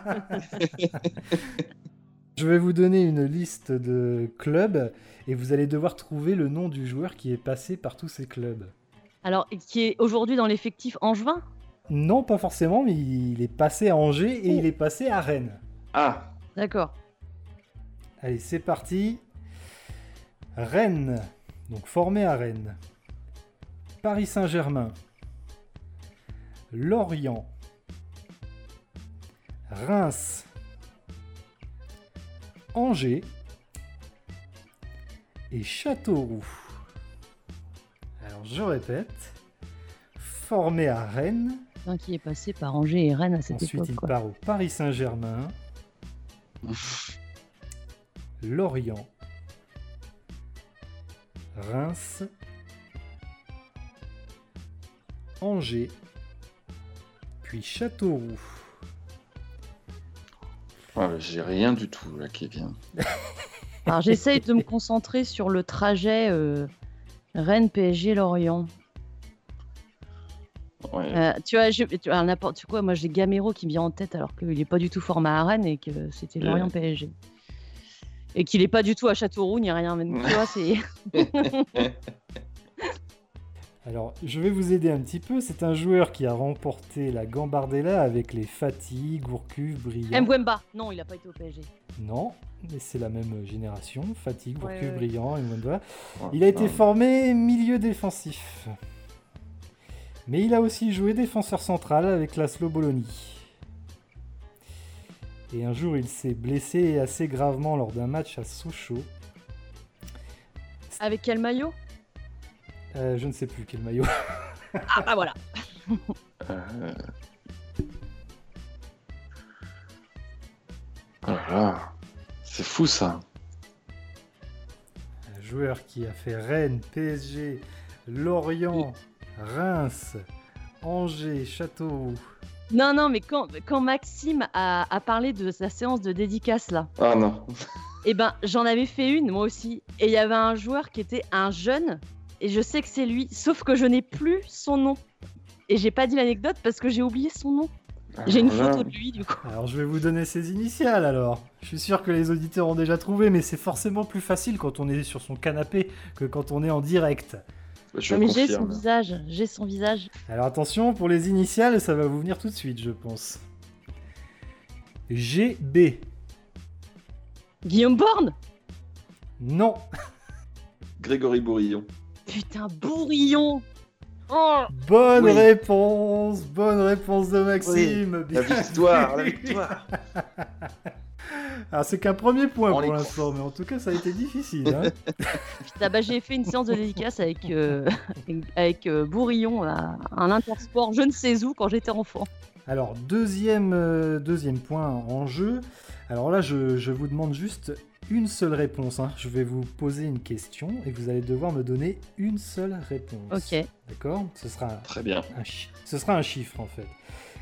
S1: Je vais vous donner une liste de clubs et vous allez devoir trouver le nom du joueur qui est passé par tous ces clubs.
S2: Alors, qui est aujourd'hui dans l'effectif angevin?
S1: Non, pas forcément, mais il est passé à Angers et il est passé à Rennes.
S3: Ah,
S2: D'accord.
S1: Allez, c'est parti. Rennes, donc formé à Rennes. Paris Saint-Germain. Lorient. Reims. Angers. Et Châteauroux. Alors je répète. Formé à Rennes.
S2: Un qui est passé par Angers et Rennes à cette
S1: Ensuite
S2: époque.
S1: il
S2: Quoi.
S1: part au Paris Saint-Germain. Lorient. Reims. Angers. Puis Châteauroux.
S3: ouais, j'ai rien du tout là qui vient.
S2: Alors, j'essaye de me concentrer sur le trajet Rennes, PSG, Lorient.
S3: Ouais.
S2: Tu vois, n'importe quoi, moi j'ai Gamero qui me vient en tête alors qu'il n'est pas du tout formé à Rennes et que c'était Lorient PSG. Et qu'il n'est pas du tout à Châteauroux ni rien. Mais, tu vois, c'est.
S1: Alors, je vais vous aider un petit peu. C'est un joueur qui a remporté la Gambardella avec les Fatih, Gourcuff, Brillant.
S2: Mbemba. Non, il n'a pas été au PSG.
S1: Non, mais c'est la même génération. Fatih, Gourcuff,
S2: ouais.
S1: Brillant, Mbemba.
S3: Ouais,
S1: Il a été
S3: ouais.
S1: formé milieu défensif. Mais il a aussi joué défenseur central avec Laszlo Bologna. Et un jour, il s'est blessé assez gravement lors d'un match à Sochaux.
S2: Avec quel maillot?
S1: Je ne sais plus quel maillot.
S2: Ah bah voilà.
S3: Euh, Oh là là. C'est fou ça.
S1: Un joueur qui a fait Rennes, PSG, Lorient, Reims, Angers, Châteauroux.
S2: Non, mais quand Maxime a parlé de sa séance de dédicace là,
S3: Ah non.
S2: eh ben j'en avais fait une moi aussi. Et il y avait un joueur qui était un jeune, et je sais que c'est lui, sauf que je n'ai plus son nom. Et j'ai pas dit l'anecdote parce que j'ai oublié son nom. J'ai une
S3: Alors là,
S2: photo de lui du coup.
S1: Alors je vais vous donner ses initiales alors. Je suis sûr que les auditeurs ont déjà trouvé, mais c'est forcément plus facile quand on est sur son canapé que quand on est en direct.
S3: je
S2: Non, mais j'ai son
S3: confirme.
S2: visage.
S1: Alors attention, pour les initiales, ça va vous venir tout de suite, je pense. GB.
S2: Guillaume Borne.
S1: Non.
S3: Grégory Bourillon.
S2: Putain, Bourillon. Oh,
S1: Bonne
S3: Oui.
S1: réponse de Maxime.
S3: La
S1: Bien
S3: victoire, la
S1: vu.
S3: victoire.
S1: Alors c'est qu'un premier point
S3: On
S1: pour
S3: les
S1: l'instant, mais en tout cas ça a été difficile. Hein.
S2: putain, bah, j'ai fait une séance de dédicace avec Bourillon à un intersport je ne sais où quand j'étais enfant.
S1: Alors deuxième point en jeu. Alors là je vous demande juste une seule réponse. Hein. Je vais vous poser une question et vous allez devoir me donner une seule réponse.
S2: Ok.
S1: D'accord ? Ce sera
S3: Très bien.
S1: ce sera un chiffre en fait.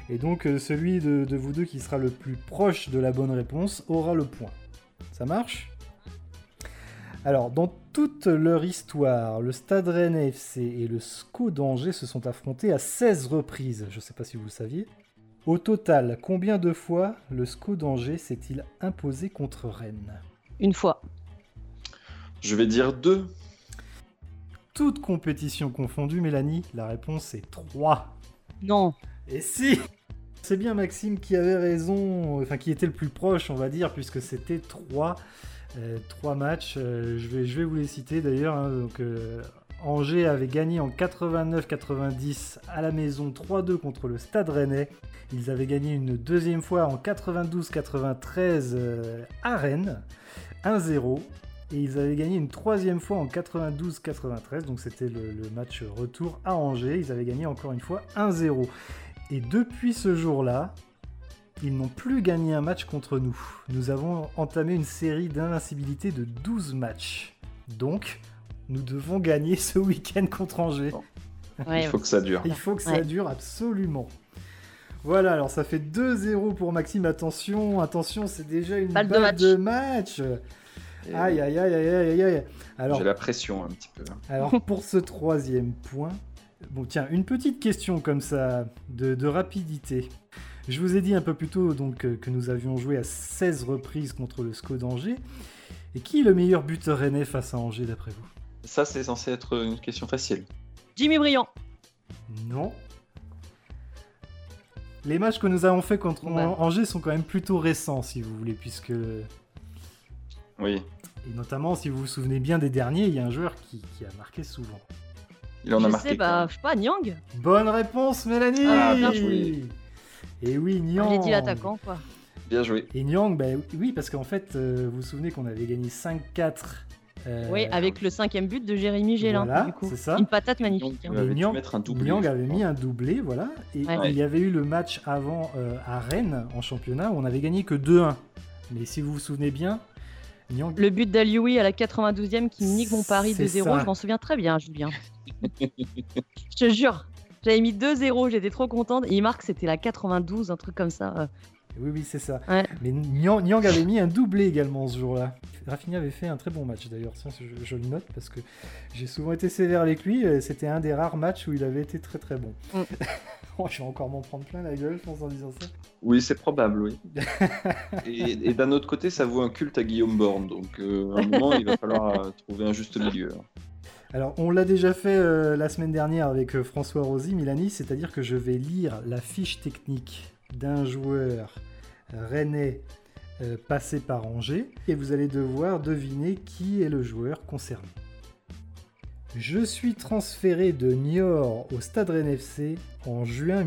S1: Et donc celui de vous deux qui sera le plus proche de la bonne réponse aura le point. Ça marche ? Alors, dans toute leur histoire, le Stade Rennais FC et le SCO d'Angers se sont affrontés à 16 reprises. Je ne sais pas si vous le saviez. Au total, combien de fois le SCO d'Angers s'est-il imposé contre Rennes ?
S2: Une fois.
S3: Je vais dire 2.
S1: Toute compétition confondue, Mélanie, la réponse est 3.
S2: Non.
S1: Et si ! C'est bien Maxime qui avait raison, enfin qui était le plus proche, on va dire, puisque c'était 3 matchs. Je vais vous les citer d'ailleurs. Hein. Donc, Angers avait gagné en 89-90 à la maison 3-2 contre le Stade Rennais. Ils avaient gagné une deuxième fois en 92-93 à Rennes, 1-0. Et ils avaient gagné une troisième fois en 92-93, donc c'était le match retour à Angers. Ils avaient gagné encore une fois 1-0. Et depuis ce jour-là, ils n'ont plus gagné un match contre nous. Nous avons entamé une série d'invincibilité de 12 matchs. Donc, nous devons gagner ce week-end contre Angers.
S2: Ouais,
S3: Il faut que ça dure.
S1: Il faut que ça dure absolument. Voilà, alors ça fait 2-0 pour Maxime. Attention, c'est déjà une balle de match. Aïe. Alors,
S3: j'ai la pression un petit peu.
S1: Alors pour ce troisième point, bon tiens, une petite question comme ça de rapidité. Je vous ai dit un peu plus tôt donc, que nous avions joué à 16 reprises contre le SCO d'Angers. Et qui est le meilleur buteur rennais face à Angers d'après vous ?
S3: Ça, c'est censé être une question facile.
S2: Jimmy Briand.
S1: Non. Les matchs que nous avons fait contre Angers sont quand même plutôt récents, si vous voulez, puisque...
S3: Oui.
S1: Et notamment, si vous vous souvenez bien des derniers, il y a un joueur qui a marqué souvent.
S3: Il en a marqué.
S2: Je sais pas, Nyang.
S1: Bonne réponse, Mélanie.
S2: Bien joué.
S1: Et oui, Nyang.
S2: J'ai dit l'attaquant, quoi.
S3: Bien joué.
S1: Et Nyang, oui, parce qu'en fait, vous vous souvenez qu'on avait gagné 5-4.
S2: Oui, avec le 5e but de Jérémy Gélin.
S1: Voilà,
S2: du coup.
S1: c'est ça.
S2: Une patate magnifique.
S1: Nyang avait mis un doublé, voilà. Et il y avait eu le match avant à Rennes, en championnat, où on avait gagné que 2-1. Mais si vous vous souvenez bien, Nyang...
S2: Le but d'Alioui à la 92e qui nique mon pari de 0,
S1: ça.
S2: Je m'en souviens très bien, Julien. Je te jure, j'avais mis 2-0, j'étais trop contente. Et il marque, c'était la 92, un truc comme ça.
S1: Oui, c'est ça.
S2: Ouais.
S1: Mais Nyang avait mis un doublé également ce jour-là. Rafinha avait fait un très bon match d'ailleurs, ça, je le note parce que j'ai souvent été sévère avec lui. C'était un des rares matchs où il avait été très très bon. Je vais encore m'en prendre plein la gueule, je pense, en disant ça.
S3: Oui, c'est probable, oui. et d'un autre côté, ça vaut un culte à Guillaume Borne. Donc, à un moment, il va falloir trouver un juste milieu.
S1: Alors, on l'a déjà fait la semaine dernière avec François Rosy, Milani, c'est-à-dire que je vais lire la fiche technique d'un joueur rennais passé par Angers et vous allez devoir deviner qui est le joueur concerné. Je suis transféré de Niort au Stade Rennais FC en juin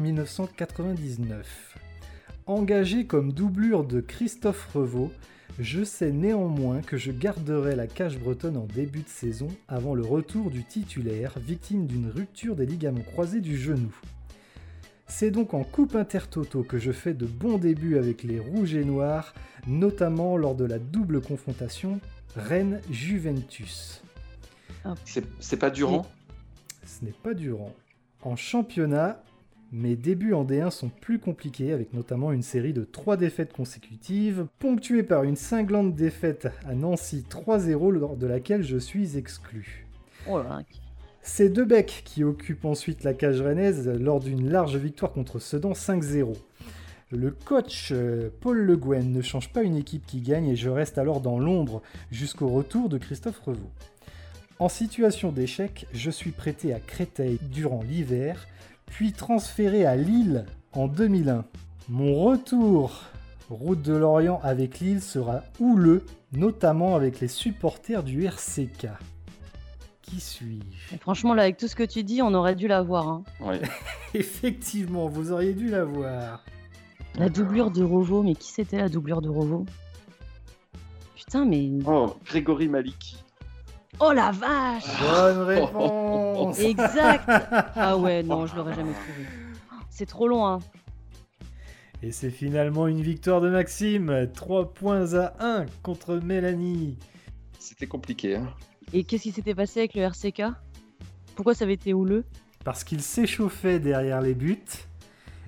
S1: 1999. Engagé comme doublure de Christophe Revaux, je sais néanmoins que je garderai la cage bretonne en début de saison avant le retour du titulaire, victime d'une rupture des ligaments croisés du genou. C'est donc en Coupe Intertoto que je fais de bons débuts avec les Rouges et Noirs, notamment lors de la double confrontation Rennes-Juventus.
S3: C'est pas Durand ?
S1: Ce n'est pas Durand. En championnat, mes débuts en D1 sont plus compliqués, avec notamment une série de 3 défaites consécutives, ponctuée par une cinglante défaite à Nancy 3-0, lors de laquelle je suis exclu.
S2: Oh là là.
S1: C'est Debec qui occupe ensuite la cage rennaise lors d'une large victoire contre Sedan 5-0. Le coach Paul Le Guen ne change pas une équipe qui gagne et je reste alors dans l'ombre jusqu'au retour de Christophe Revaux. En situation d'échec, je suis prêté à Créteil durant l'hiver, puis transféré à Lille en 2001. Mon retour route de Lorient avec Lille sera houleux, notamment avec les supporters du RCK. Qui suis-je ?
S2: Et franchement, là, avec tout ce que tu dis, on aurait dû la voir. Hein.
S3: Ouais.
S1: Effectivement, vous auriez dû la voir.
S2: La doublure de Revaux, mais qui c'était la doublure de Revaux ? Putain, mais...
S3: Oh, Grégory Malik.
S2: Oh la vache !
S1: Bonne réponse.
S2: Exact. Ah ouais, non, je l'aurais jamais trouvé. C'est trop long, hein.
S1: Et c'est finalement une victoire de Maxime, 3-1 contre Mélanie.
S3: C'était compliqué, hein.
S2: Et qu'est-ce qui s'était passé avec le RCK ? Pourquoi ça avait été houleux ?
S1: Parce qu'il s'échauffait derrière les buts,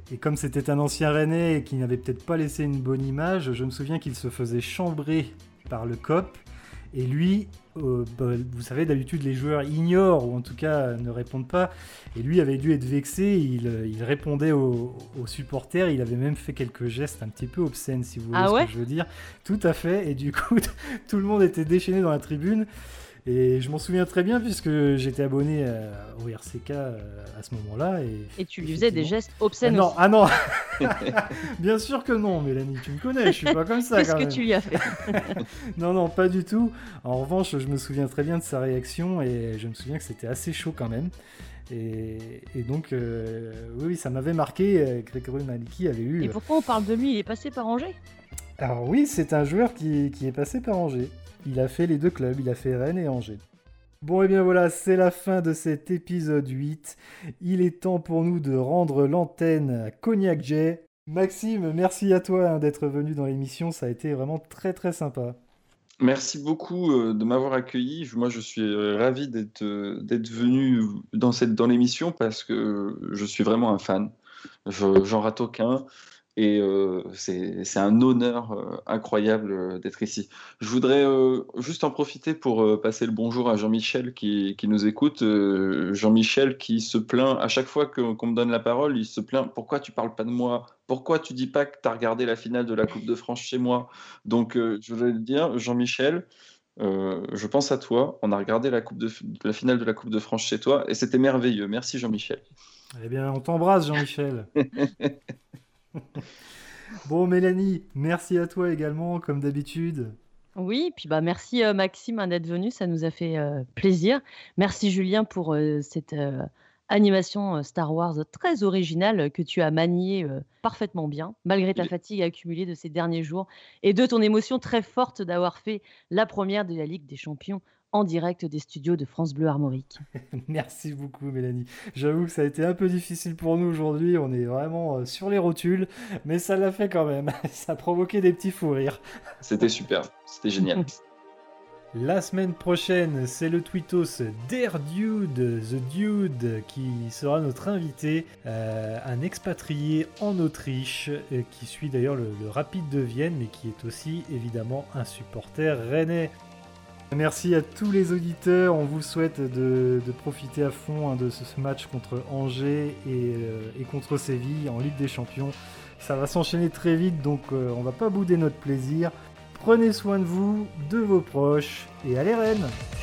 S1: Et comme c'était un ancien Rennais et qui n'avait peut-être pas laissé une bonne image, je me souviens qu'il se faisait chambrer par le COP. Et lui, vous savez, d'habitude, les joueurs ignorent ou en tout cas ne répondent pas. Et lui avait dû être vexé, il répondait aux supporters, il avait même fait quelques gestes un petit peu obscènes, si vous voyez ce que je veux dire. Tout à fait, et du coup, tout le monde était déchaîné dans la tribune. Et je m'en souviens très bien puisque j'étais abonné au RCK à ce moment-là.
S2: Et tu lui faisais des gestes obscènes aussi.
S1: Ah non Bien sûr que non, Mélanie, tu me connais, je suis pas comme ça.
S2: Qu'est-ce que tu lui as fait?
S1: Non, pas du tout. En revanche, je me souviens très bien de sa réaction et je me souviens que c'était assez chaud quand même. Et donc, oui, ça m'avait marqué. Grégory Maliki avait eu...
S2: Et pourquoi on parle de lui? Il est passé par Angers?
S1: Alors oui, c'est un joueur qui est passé par Angers. Il a fait les deux clubs, il a fait Rennes et Angers. Bon, et bien voilà, c'est la fin de cet épisode 8. Il est temps pour nous de rendre l'antenne à Cognac J. Maxime, merci à toi d'être venu dans l'émission, ça a été vraiment très très sympa.
S3: Merci beaucoup de m'avoir accueilli. Moi, je suis ravi d'être venu dans l'émission parce que je suis vraiment un fan. J'en rate aucun. Et c'est un honneur incroyable d'être ici. Je voudrais juste en profiter pour passer le bonjour à Jean-Michel qui nous écoute. Jean-Michel qui se plaint, à chaque fois qu'on me donne la parole, il se plaint, pourquoi tu parles pas de moi? Pourquoi tu dis pas que tu as regardé la finale de la Coupe de France chez moi? Donc je voudrais le dire, Jean-Michel, je pense à toi. On a regardé la finale de la Coupe de France chez toi et c'était merveilleux. Merci Jean-Michel.
S1: Eh bien, on t'embrasse Jean-Michel. Bon Mélanie, merci à toi également comme d'habitude.
S2: Oui, puis merci Maxime d'être venu, ça nous a fait plaisir. Merci Julien pour cette animation Star Wars très originale que tu as maniée parfaitement bien, malgré ta fatigue accumulée de ces derniers jours et de ton émotion très forte d'avoir fait la première de la Ligue des Champions en direct des studios de France Bleu Armorique.
S1: Merci beaucoup Mélanie. J'avoue que ça a été un peu difficile pour nous aujourd'hui, on est vraiment sur les rotules, mais ça l'a fait quand même. Ça a provoqué des petits fous rires.
S3: C'était super, c'était génial.
S1: La semaine prochaine, c'est le tweetos Dare Dude, The Dude, qui sera notre invité, un expatrié en Autriche, qui suit d'ailleurs le Rapide de Vienne, mais qui est aussi évidemment un supporter rennais. Merci à tous les auditeurs, on vous souhaite de profiter à fond de ce match contre Angers et contre Séville en Ligue des Champions. Ça va s'enchaîner très vite, donc on va pas bouder notre plaisir. Prenez soin de vous, de vos proches, et allez Rennes!